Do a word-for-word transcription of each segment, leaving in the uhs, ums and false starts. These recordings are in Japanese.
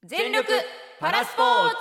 全力パラスポーツ。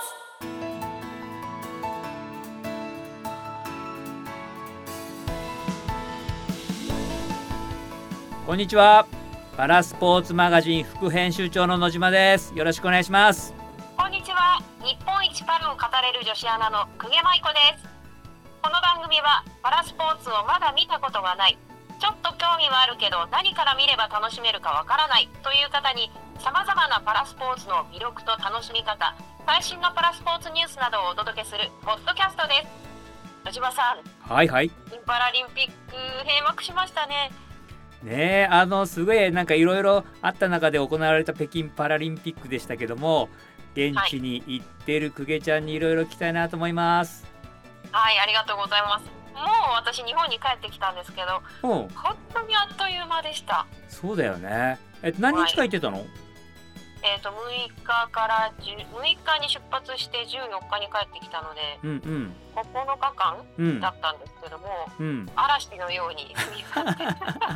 こんにちは。パラスポーツマガジン副編集長の野島です。よろしくお願いします。 こんにちは。日本一パラを語れる女子アナの久下舞子です。この番組はパラスポーツをまだ見たことがない、ちょっと興味はあるけど何から見れば楽しめるかわからないという方に、さまざまなパラスポーツの魅力と楽しみ方、最新のパラスポーツニュースなどをお届けするポッドキャストです。野島さん、 はいはい。 パラリンピック閉幕しましたね。 ねえ、あのすごいなんかいろいろあった中で行われた北京パラリンピックでしたけども、現地に行ってる久下ちゃんにいろいろ聞きたいなと思います。 はい、ありがとうございます。もう私日本に帰ってきたんですけど、 うん、 本当にあっという間でした。 そうだよね。え何日間行ってたの？はい、 えーとむいかからじゅうむいかに出発してじゅうよっかに帰ってきたので、 うんうん、 ここのかかんだったんですけども、 うんうん、 嵐のように降り去って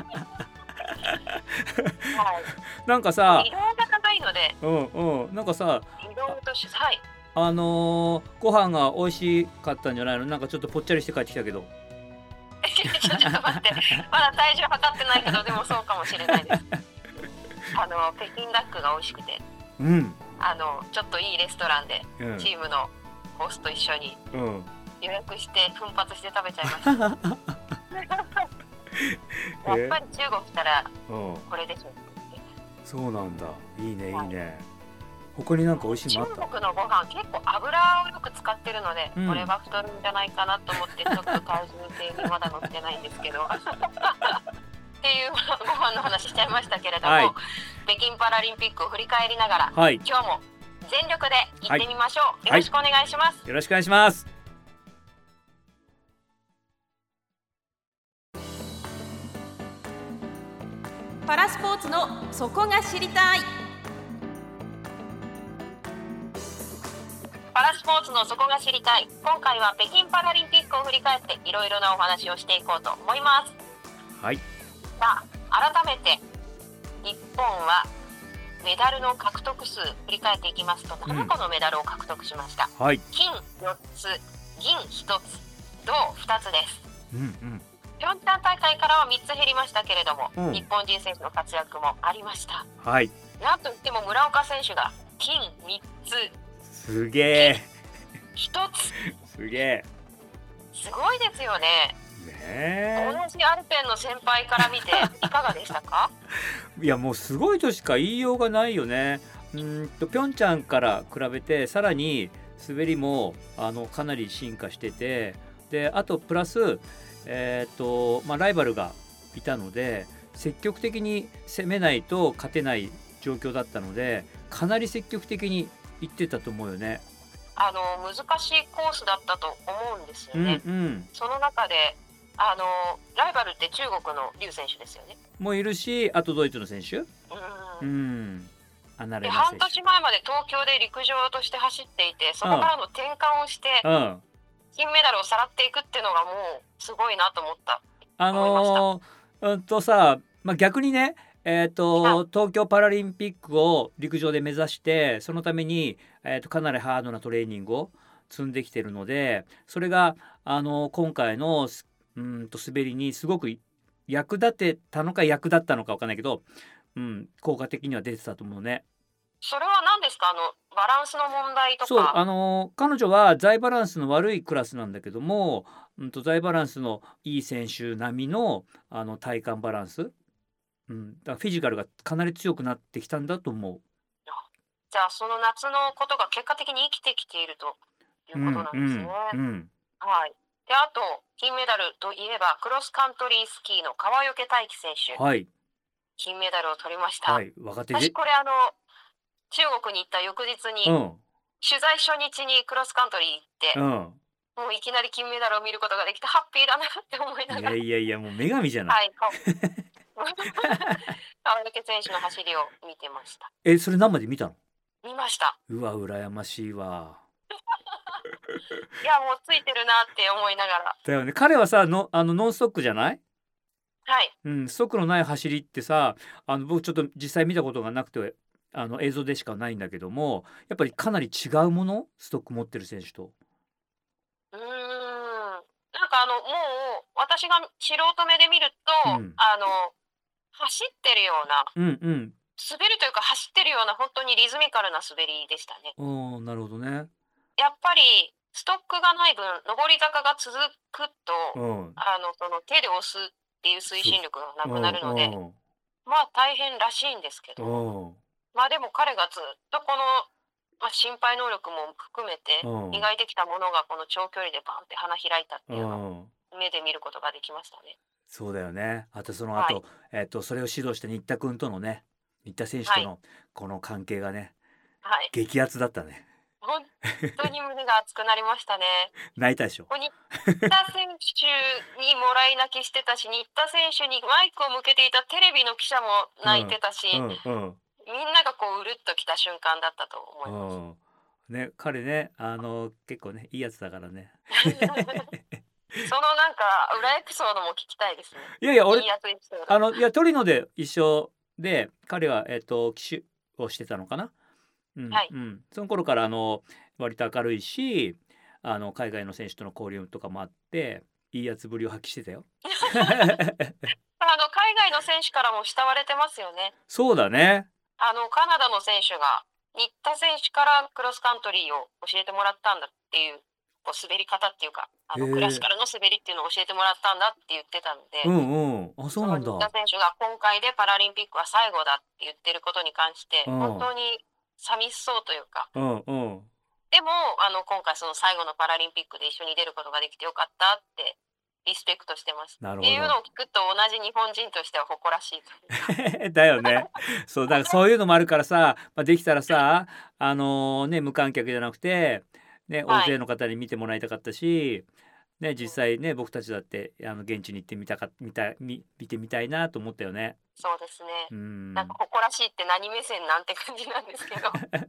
はい、 なんかさ、 移動が長いので、 うんうん、なんかさ、 移動としはいあのー、ご飯が美味しかったんじゃないの？なんかちょっとぽっちゃりして帰ってきたけど。 ちょっと待って、まだ体重測ってないけど、でもそうかもしれないです。あの北京ダックが美味しくて、 うん、あのちょっといいレストランで、うん、チームのボスと一緒に予約して奮発して食べちゃいました。やっぱり中国来たらこれでしょ。 そうなんだ。いいねいいね。他になんか美味しいのあった？ 中国のご飯結構油をよく使ってるので、うん、これは太るんじゃないかなと思ってちょっと体重計にまだ乗ってないんですけどっていうご飯の話しちゃいましたけれども、はい、北京パラリンピックを振り返りながら、はい、今日も全力で行ってみましょう、はい、よろしくお願いします、 はい、よろしくお願いします。 パラスポーツのそこが知りたい。 パラスポーツのそこが知りたい。今回は北京パラリンピックを振り返っていろいろなお話をしていこうと思います。 はい。 さあ、改めて日本はメダルの獲得数振り返っていきますと、ななこのメダルを獲得しました、 うん、はい、 金よっつ、銀ひとつ、銅ふたつです、 うんうん、 ピョンチャン大会からはみっつ減りましたけれども、うん、日本人選手の活躍もありました、 はい、 なんといっても村岡選手が金みっつ、 すげえひとつ、 すげえ、 すごいですよね。 ね、 同じアルペンの先輩から見ていかがでしたか？ いやもうすごいとしか言いようがないよね。うんとピョンチャンから比べてさらに滑りもあのかなり進化してて、であとプラス、えーとまあ、ライバルがいたので積極的に攻めないと勝てない状況だったので、かなり積極的にいってたと思うよね。 あの難しいコースだったと思うんですよね、 うんうん、その中であのライバルって中国の劉選手ですよね。 もういるし、あとドイツの選手、 うん、 うん、アナレナ選手、 半年前まで東京で陸上として走っていて、そこからの転換をして、うん、金メダルをさらっていくっていうのがもうすごいなと思った。 あのー、うんとさ、まあ、逆にね、えーと、東京パラリンピックを陸上で目指して、そのために、えーと、かなりハードなトレーニングを積んできてるので、それが、あのー、今回のうんと滑りにすごく役立てたのか役立ったのか分かんないけど、うん、効果的には出てたと思うね。 それは何ですか？あのバランスの問題とか。 そう、あのー、彼女は財バランスの悪いクラスなんだけども、うん、と財バランスのいい選手並みの、あの体幹バランス、うん、だからフィジカルがかなり強くなってきたんだと思う。 じゃあその夏のことが結果的に生きてきているということなんですね、 うんうんうん、 はい。であと金メダルといえばクロスカントリースキーの川除大輝選手、 はい、金メダルを取りました、 はい、若手で。 私これあの中国に行った翌日に、うん、取材初日にクロスカントリー行って、うん、もういきなり金メダルを見ることができてハッピーだなって思いながら、 いやいやいやもう女神じゃない、 はい川除選手の走りを見てました。 え、それ生で見たの？ 見ました。 うわ羨ましいわいやもうついてるなって思いながら。 だよね。彼はさのあのノンストックじゃない？ はい、 うん、ストックのない走りってさ、あの僕ちょっと実際見たことがなくてあの映像でしかないんだけども、やっぱりかなり違うものストック持ってる選手と。 うーん。なんかあのもう私が素人目で見ると、 うん、 あの走ってるような、 うんうん滑るというか走ってるような本当にリズミカルな滑りでしたね。 おーなるほどね。 やっぱりストックがない分、上り坂が続くと、 うんあのその手で押すっていう推進力がなくなるので、 うんまあ大変らしいんですけど、 うんまあでも彼がずっとこの、まあ、心肺能力も含めてうん磨いてきたものがこの長距離でバンって花開いたってういうのをん目で見ることができましたね。 そうだよね。あとそのはい後、えっとそれを指導した新田君とのね、新田選手はいとのこの関係がね、 はい。 激アツだったね。 本当に胸が熱くなりましたね。 泣いたでしょ。 ここに新田選手にもらい泣きしてたし、新田選手にマイクを向けていたテレビの記者も泣いてたし、 うんうんみんながこううるっときた瞬間だったと思います。 うんね、彼ね、あの結構ねいいやつだからね。 そのなんか裏エピソードも聞きたいですね。 いやいや俺いいやつエピソード。 あのいやトリノで一緒で彼はえっと騎手をしてたのかな。うんはいうん、その頃からあの割と明るいし、あの海外の選手との交流とかもあっていいやつぶりを発揮してたよ。 あの海外の選手からも慕われてますよね。 そうだね。 あのカナダの選手が新田選手からクロスカントリーを教えてもらったんだっていう、こう滑り方っていうか、あのへえクラシカルの滑りっていうのを教えてもらったんだって言ってたので、 うんうん。あそうなんだ。 その新田選手が今回でパラリンピックは最後だって言ってることに関して、 うん本当に寂しそうというか、 うんうん。 でもあの今回その最後のパラリンピックで一緒に出ることができてよかったってリスペクトしてます。 なるほどっていうのを聞くと同じ日本人としては誇らしいというか。 だよね。そうだからそういうのもあるからさ、まあ、できたらさあのね無観客じゃなくて、ね、 はい大勢の方に見てもらいたかったし、ね、実際ね僕たちだってあの現地に行ってみたか見た見見てみたいなと思ったよね。 そうですね。 うんなんか誇らしいって何目線なんて感じなんですけど。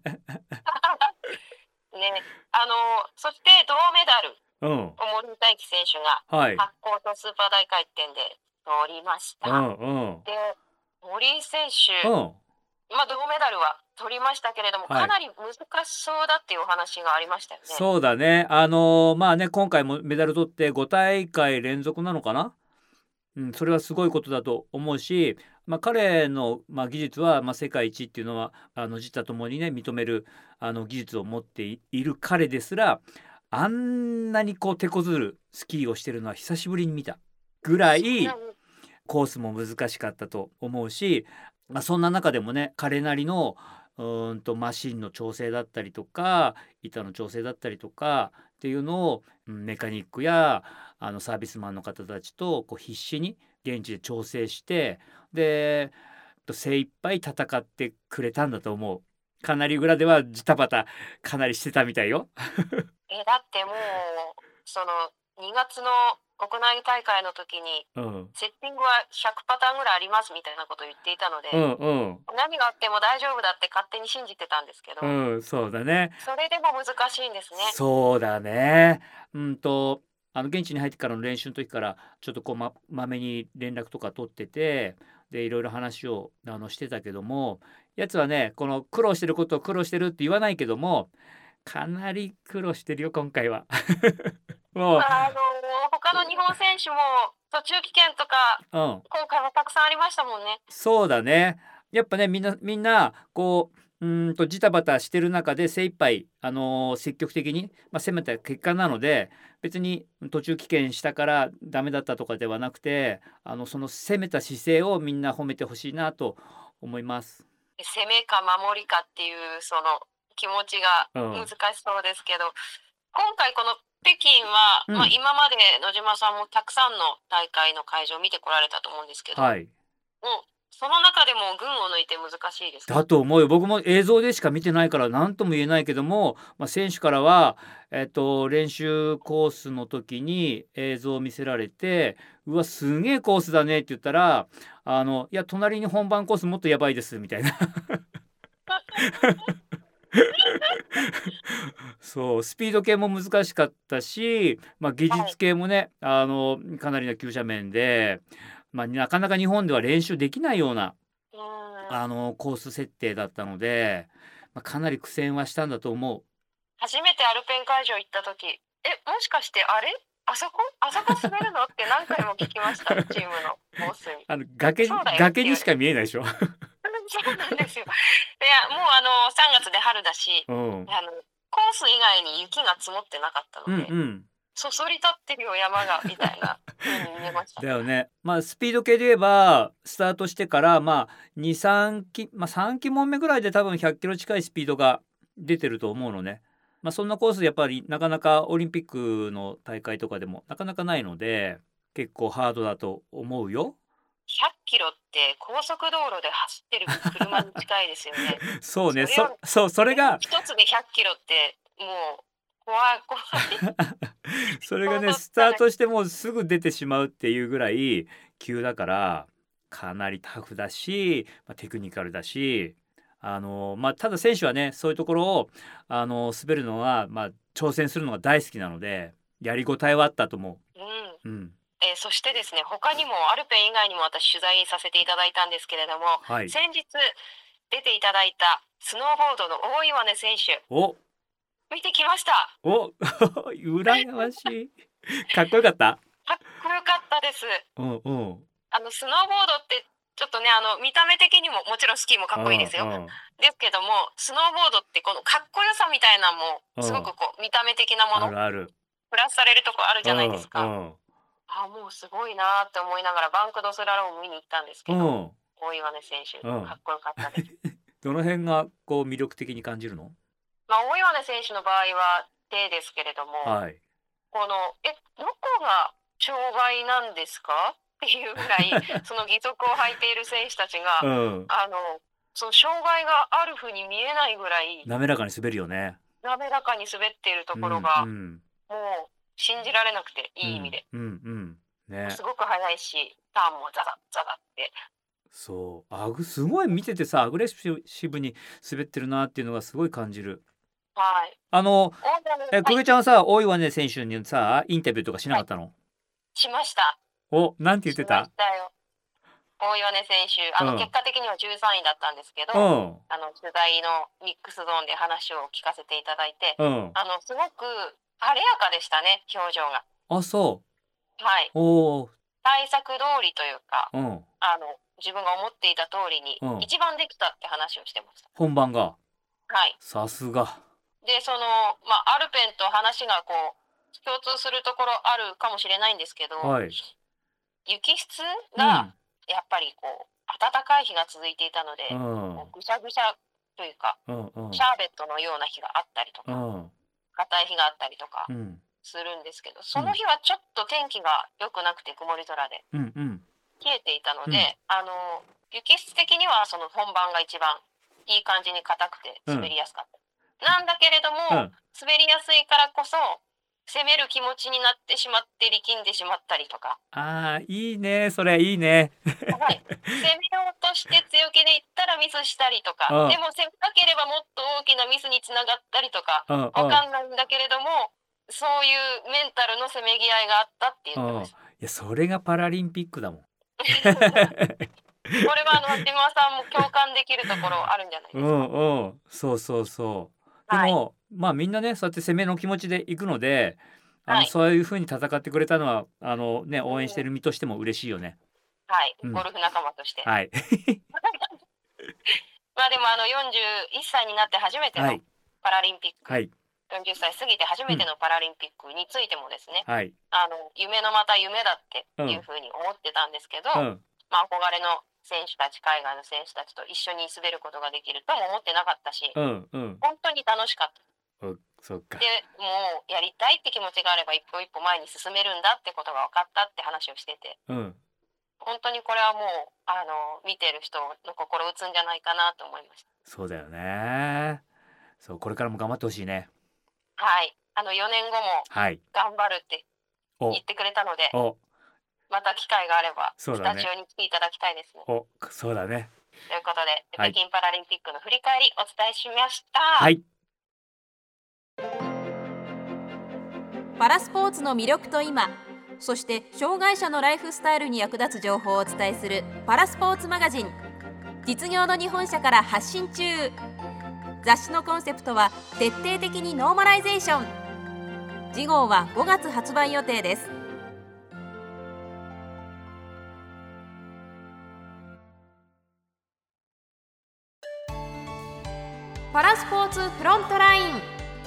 ね、あのそして銅メダルうんを森大輝選手がはい滑降とスーパー大回転で取りましうた。 んうんで森井選手、 うんまあ、銅メダルは取りましたけれども、 はいかなり難しそうだっていうお話がありましたよね。 そうだね。あのまあね今回もメダル取ってご大会連続なのかな。うん、それはすごいことだと思うし、まあ、彼の、まあ、技術は、まあ、世界一っていうのはあの自他ともにね認めるあの技術を持っていいる彼ですらあんなにこう手こずるスキーをしてるのは久しぶりに見たぐらいコースも難しかったと思うし、まあ、そんな中でもね彼なりのうーんとマシンの調整だったりとか板の調整だったりとかっていうのをうんメカニックやあのサービスマンの方たちとこう必死に現地で調整してで精一杯戦ってくれたんだと思う。かなり裏ではジタバタかなりしてたみたいよ。 えだってもうそのにがつの国内大会の時にうんセッティングはひゃくパターンぐらいありますみたいなことを言っていたので、 うんうん何があっても大丈夫だって勝手に信じてたんですけど、 うんそうだね。 それでも難しいんですね。 そうだね。うんとあの現地に入ってからの練習の時からちょっとこうままめに連絡とか取っててでいろいろ話をあのしてたけどもやつはねこの苦労してることを苦労してるって言わないけどもかなり苦労してるよ今回は。もう、 あの他の日本選手も途中棄権とかうん、 今回はたくさんありましたもんね。 そうだね。やっぱねみんなみんなこううーんとジタバタしてる中で精一杯あのー積極的に、まあ、攻めた結果なので別に途中棄権したからダメだったとかではなくてあのその攻めた姿勢をみんな褒めてほしいなと思います。 攻めか守りかっていうその気持ちがうん難しそうですけど、今回この北京は、 うんまあ、今まで野島さんもたくさんの大会の会場を見てこられたと思うんですけど、 はい。 もうその中でも群を抜いて難しいですか？ だと思うよ。僕も映像でしか見てないから何とも言えないけども、まあ、選手からは、えっと、練習コースの時に映像を見せられてうわすげえコースだねって言ったらあのいや隣に本番コースもっとやばいですみたいなそうスピード系も難しかったし、まあ、技術系もね、あのかなりの急斜面で、まあ、なかなか日本では練習できないようなうんあのコース設定だったので、まあ、かなり苦戦はしたんだと思う。 初めてアルペン会場行った時、えもしかしてあれあそこあそこ滑るのって何回も聞きましたチームのコースに。 あの崖そうだよ崖にしか見えないでしょ。 そうなんですよ。いやもうあのさんがつで春だし、 うん、 あのコース以外に雪が積もってなかったうんので、 うんそそり立ってるよ山がみたいな風に見えました。 だよね。まあスピード系で言えばスタートしてからまあにさんきまあさんきもんめぐらいで多分ひゃっキロ近いスピードが出てると思うのね。まあそんなコースやっぱりなかなかオリンピックの大会とかでもなかなかないので結構ハードだと思うよ。 ひゃっキロって高速道路で走ってる車に近いですよね。 そうね。 それをそそうそれが一つでひゃっキロってもう怖い怖い。 それがねそうスタートしてもうすぐ出てしまうっていうぐらい急だからかなりタフだし、まあ、テクニカルだしあの、まあ、ただ選手はねそういうところをあの滑るのは、まあ、挑戦するのが大好きなのでやりごたえはあったと思うんう。うんえーそしてですね、他にもアルペン以外にも私取材させていただいたんですけれども、 はい、 先日出ていただいたスノーボードの大岩根選手お見てきました。 お羨ましい。かっこよかった。 かっこよかったです。 うんうんあのスノーボードってちょっとね、あの見た目的にももちろんスキーもかっこいいですよ。 うんうんですけどもスノーボードってこのかっこよさみたいなのもすごくこう見た目的なもあのるあるプラスされるとこあるじゃないですか。 うんあもうすごいなーって思いながらバンクドスラローム見に行ったんですけど、 うん大岩根選手うんかっこよかったです。 どの辺がこう魅力的に感じるの？ まあ大岩根選手の場合は手ですけれども、 はいこのえどこが障害なんですかっていうぐらいその義足を履いている選手たちが、 うんあのその障害があるふうに見えないぐらい滑らかに滑るよね。 滑らかに滑っているところが、 うんうんもう信じられなくていい意味で、 うんうんうんねすごく速いしターンもザザッザザッってそうアグすごい見ててさアグレッシブに滑ってるなっていうのがすごい感じる。 はいあの大岩根えはい久米ちゃんはさ大岩根選手にさインタビューとかしなかったの？ しましたおなんて言ってしまた？ したよ。大岩根選手あの、 うん結果的にはじゅうさんいだったんですけど、 うんあの取材のミックスゾーンで話を聞かせていただいて、 うんあのすごく晴れやかでしたね表情が。 あそはい、 うおお対策通りというかうんあの自分が思っていた通りにうん一番できたって話をしてました。 本番がはい、 さすがでその、まあ、アルペンと話がこう共通するところあるかもしれないんですけど、 はい雪質うんがやっぱりこう暖かい日が続いていたので、 うんこうぐしゃぐしゃというかうんうんシャーベットのような日があったりとかうん硬い日があったりとかうんするんですけど、その日はちょっと天気が良くなくて曇り空でうんうん冷えていたので、 うんあの雪質的にはその本番が一番いい感じに硬くて滑りやすかった、なんだけれども、 うん滑りやすいからこそ攻める気持ちになってしまって力んでしまったりとか、 あーいいねそれいいねはい、攻めようとして強気でいったらミスしたりとか、 うんでも攻めなければもっと大きなミスにつながったりとかうんうんわかんないんだけれども、そういうメンタルのせめぎ合いがあったって言ってうんいました。 やそれがパラリンピックだもんこれはあの松島さんも共感できるところあるんじゃないでうすか。 んうんそうそうそうでも、まあみんなねそうやって攻めの気持ちで行くのであの、 はいそういう風に戦ってくれたのはあのね応援してる身としても嬉しいよね。 はい、 うんゴルフ仲間として。 はいまあでもあのよんじゅういっさいになって初めてのはいパラリンピック、 はいよんじゅっさい過ぎて初めてのパラリンピックについてもですね、 はいあの夢のまた夢だっていうふうに思ってたんですけど、 うんまあ憧れの選手たち海外の選手たちと一緒に滑ることができるとも思ってなかったし、 うんうん本当に楽しかった。 おそっかでもうやりたいって気持ちがあれば一歩一歩前に進めるんだってことが分かったって話をしてて、 うん本当にこれはもうあの見てる人の心を打つんじゃないかなと思いました。 そうだよねそうこれからも頑張ってほしいね。 はい、あのよねんごもはい頑張るってお言ってくれたので、 おまた機会があればスそうだねタジオに来ていただきたいですね。 おそうだねということで、 はい北京パラリンピックの振り返りお伝えしました。 はいパラスポーツの魅力と今、そして障害者のライフスタイルに役立つ情報をお伝えするパラスポーツマガジン。 実業の日本社から発信中。雑誌のコンセプトは徹底的にノーマライゼーション。次号はごがつ発売予定です。パラスポーツフロントライン。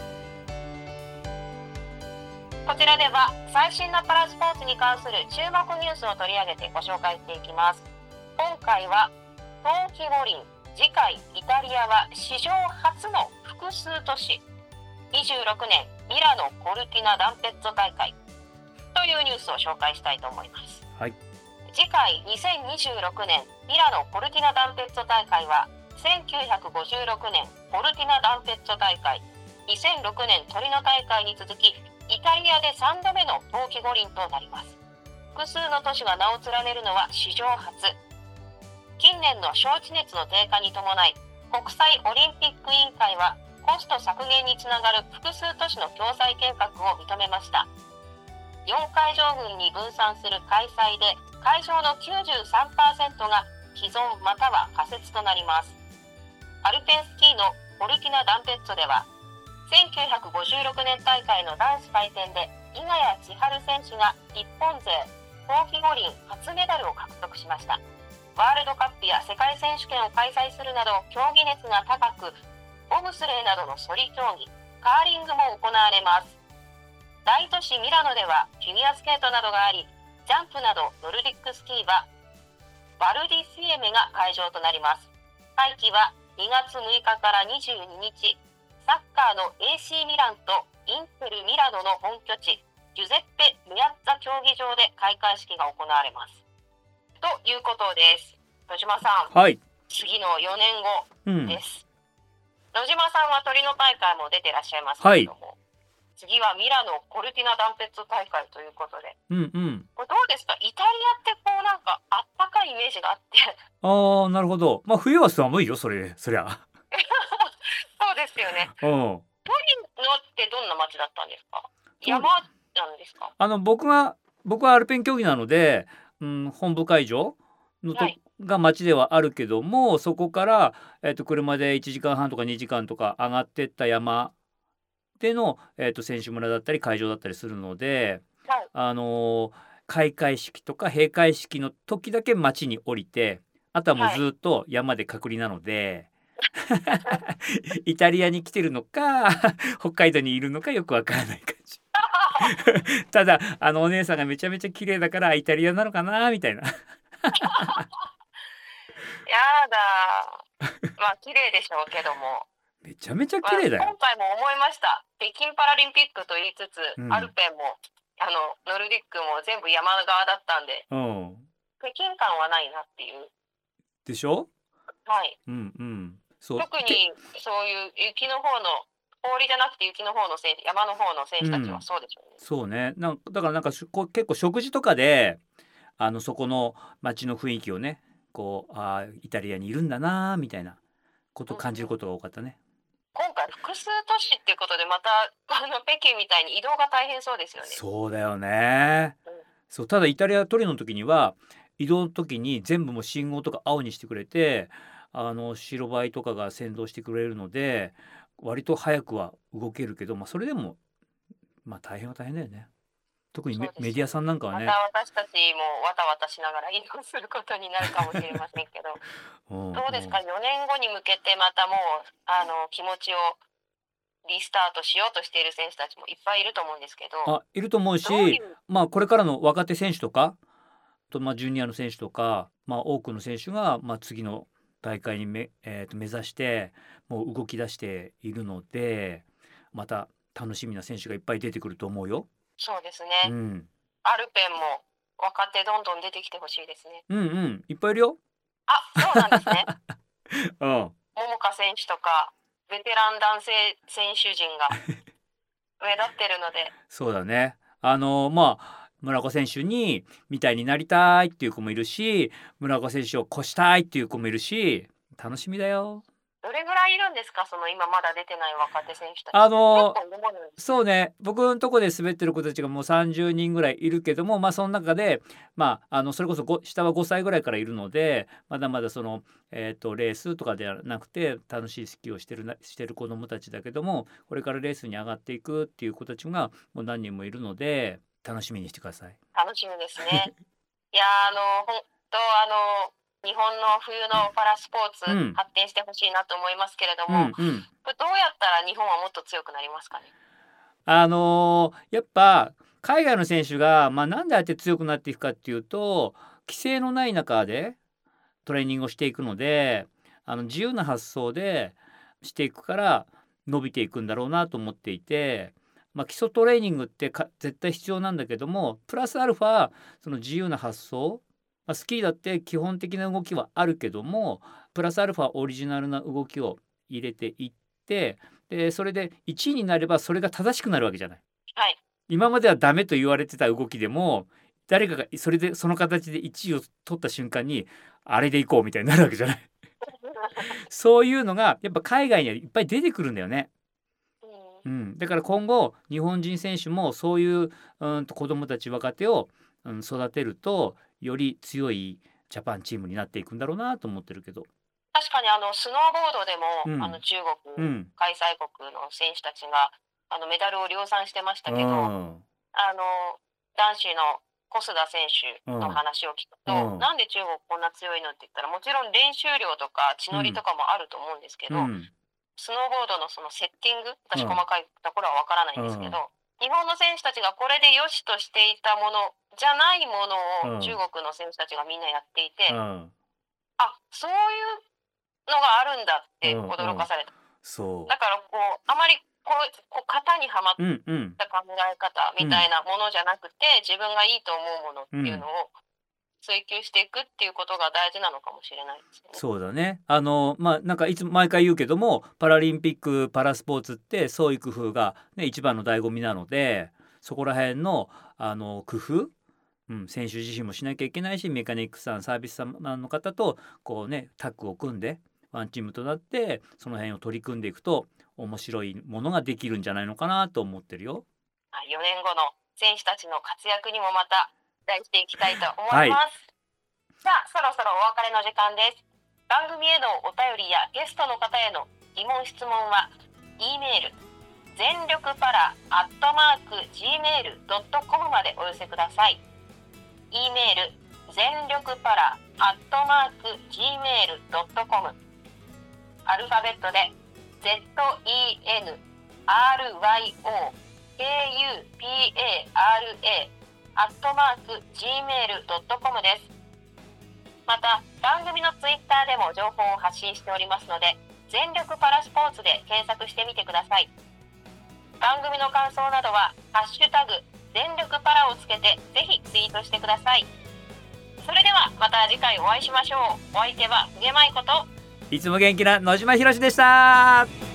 こちらでは最新のパラスポーツに関する注目ニュースを取り上げてご紹介していきます。今回は冬季五輪、次回イタリアは史上初の複数都市、にじゅうろくねんミラノ・コルティナ・ダンペッツォ大会というニュースを紹介したいと思います。 はい、 次回にせんにじゅうろくねんミラノ・コルティナ・ダンペッツォ大会はせんきゅうひゃくごじゅうろくねんコルティナ・ダンペッツォ大会、にせんろくねんトリノ大会に続きイタリアでさんどめの冬季五輪となります。複数の都市が名を連ねるのは史上初。近年の招致熱の低下に伴い、国際オリンピック委員会はコスト削減につながる複数都市の共催計画を認めました。よん会場群に分散する開催で、会場の きゅうじゅうさんパーセント が既存または仮設となります。アルペンスキーのコルティナ・ダンペッツォでは、せんきゅうひゃくごじゅうろくねん大会の男子回転で伊賀谷千春選手が日本勢冬季五輪初メダルを獲得しました。ワールドカップや世界選手権を開催するなど競技熱が高く、ボブスレーなどのソリ競技、カーリングも行われます。大都市ミラノではフィギュアスケートなどがあり、ジャンプなどノルディックスキーはバルディシエメが会場となります。会期はにがつむいかからにじゅうににち、サッカーの エーシー ミランとインテルミラノの本拠地ジュゼッペ・ミアッツァ競技場で開会式が行われます。ということです。野島さん、 はい、 次のよねんごうんです。野島さんはトリノ大会も出てらっしゃいますけれども、はい、次はミラノ・コルティナ・ダンペッツォ大会ということで、 うんうん、 これどうですか？イタリアってこうなんかあったかいイメージがあってああ、なるほど。まあ冬は寒いよ、それそりゃそうですよね。トリノってどんな街だったんですか？山なんですか？ あの僕が僕はアルペン競技なので、うん、本部会場のと、はい、が町ではあるけども、そこから、えー、と車でいちじかんはんとかにじかんとか上がってった山での、えー、と選手村だったり会場だったりするので、 はい、 あのー、開会式とか閉会式の時だけ町に降りて、あとはもうずっと山で隔離なので、はい、イタリアに来てるのか北海道にいるのかよくわからない感じただあのお姉さんがめちゃめちゃ綺麗だからイタリアなのかなみたいなやだまあ綺麗でしょうけどもめちゃめちゃ綺麗だよ、 まあ、今回も思いました。北京パラリンピックと言いつつ、うん、アルペンもあのノルディックも全部山側だったんで、 うん、 北京感はないなっていうでしょ。 はい、 うんうん、そう特にそういう雪の方の氷じゃなくて雪の方の選手、山の方の選手たちはそうでしょうね、 うん、そうね。なんだからなんかこう結構食事とかであのそこの街の雰囲気をね、こうあイタリアにいるんだなみたいなことを感じることが多かったね、 うん、今回複数都市っていうことでまたあの北京みたいに移動が大変そうですよね。 そうだよね、うん、そうただイタリアトリノの時には移動の時に全部もう信号とか青にしてくれて、あの白バイとかが先導してくれるので割と早くは動けるけど、まあ、それでもまあ大変は大変だよね。特に メ, メディアさんなんかはね、 また私たちもわたわたしながら移動することになるかもしれませんけどうんどうですか、よねんごに向けてまたもうあの気持ちをリスタートしようとしている選手たちもいっぱいいると思うんですけど。 あいると思うし、 ううまあこれからの若手選手とかと、まあ、ジュニアの選手とか、まあ、多くの選手が、まあ、次の大会にめ、えー、と目指してもう動き出しているので、また楽しみな選手がいっぱい出てくると思うよ。 そうですね、 うん、 アルペンも若手どんどん出てきてほしいですね。 うんうんいっぱいいるよ。 あ、そうなんですねうん、 桃香選手とかベテラン男性選手陣が目立ってるのでそうだね。あのまあ村岡選手にみたいになりたいっていう子もいるし、村岡選手を越したいっていう子もいるし、楽しみだよ。 どれぐらいいるんですか、その今まだ出てない若手選手たち。 あの結構いるもんなんですそうね、僕のとこで滑ってる子たちがもうさんじゅうにんぐらいいるけども、まあその中で、まあ、あのそれこそご下はごさいぐらいからいるので、まだまだその、えー、とレースとかではなくて楽しいスキーをしてるなしてる子どもたちだけども、これからレースに上がっていくっていう子たちがもう何人もいるので楽しみにしてください。 楽しみですね。いやーあの本当あの日本の冬のパラスポーツ、 うん発展してほしいなと思いますけれどうも、 んうんこれどうやったら日本はもっと強くなりますかね。 あのーやっぱ海外の選手が、まあ、なんであえて強くなっていくかっていうと、規制のない中でトレーニングをしていくので、あの自由な発想でしていくから伸びていくんだろうなと思っていて、まあ、基礎トレーニングってか絶対必要なんだけども、プラスアルファその自由な発想、まあ、スキーだって基本的な動きはあるけども、プラスアルファオリジナルな動きを入れていって、でそれでいちいになればそれが正しくなるわけじゃない。 はい。 今まではダメと言われてた動きでも、誰かがそれでその形でいちいを取った瞬間にあれでいこうみたいになるわけじゃない。そういうのがやっぱ海外にはいっぱい出てくるんだよね。 うんうん、だから今後日本人選手もそういううんと子どもたち若手を、うん、育てるとより強いジャパンチームになっていくんだろうなと思ってるけど。 確かにあのスノーボードでも、 うんあの中う国ん開催国の選手たちがあのメダルを量産してましたうけど、 んあの男子の小須田選手の話を聞くと、 うんなんで中国こんな強いのって言ったら、もちろん練習量とか地のりとかもあると思うんですけど、 うんスノーボードのそのセッティング、私うん細かいところはわからないんですけど、日本の選手たちがこれで良しとしていたものじゃないもうんのを中国の選手たちがみんなやっていて、 うんあ、そういうのがあるんだってうん驚かされた。 そだからこうあまりこうこう型にはまっううんうんた考え方みたいなものじゃなくて、自分がいいと思うものっていうのを追求していくっていうことが大事なのかもしれないですね。 そうだね。あのまあなんかいつも毎回言うけども、パラリンピックパラスポーツって創意工夫が、ね、一番の醍醐味なので、そこら辺のあの工夫、うん、選手自身もしなきゃいけないし、メカニックさんサービスさんの方とこうねタッグを組んでワンチームとなってその辺を取り組んでいくと面白いものができるんじゃないのかなと思ってるよ。 よねんごの選手たちの活躍にもまた期待していきたいと思います。さあ、そろそろお別れの時間です。番組へのお便りやゲストの方への疑問質問は E メール全力パラアットマーク ジーメールドットコム までお寄せください。 E メール全力パラアットマーク ジーメールドットコム、 アルファベットで ゼットイーエヌアールワイオーケーユーピーエーアールエー アットマーク ジーメールドットコム です。また番組のツイッターでも情報を発信しておりますので、全力パラスポーツで検索してみてください。番組の感想などはハッシュタグ全力パラをつけてぜひツイートしてください。それではまた次回お会いしましょう。お相手は久毛舞子といつも元気な野島ひろしでした。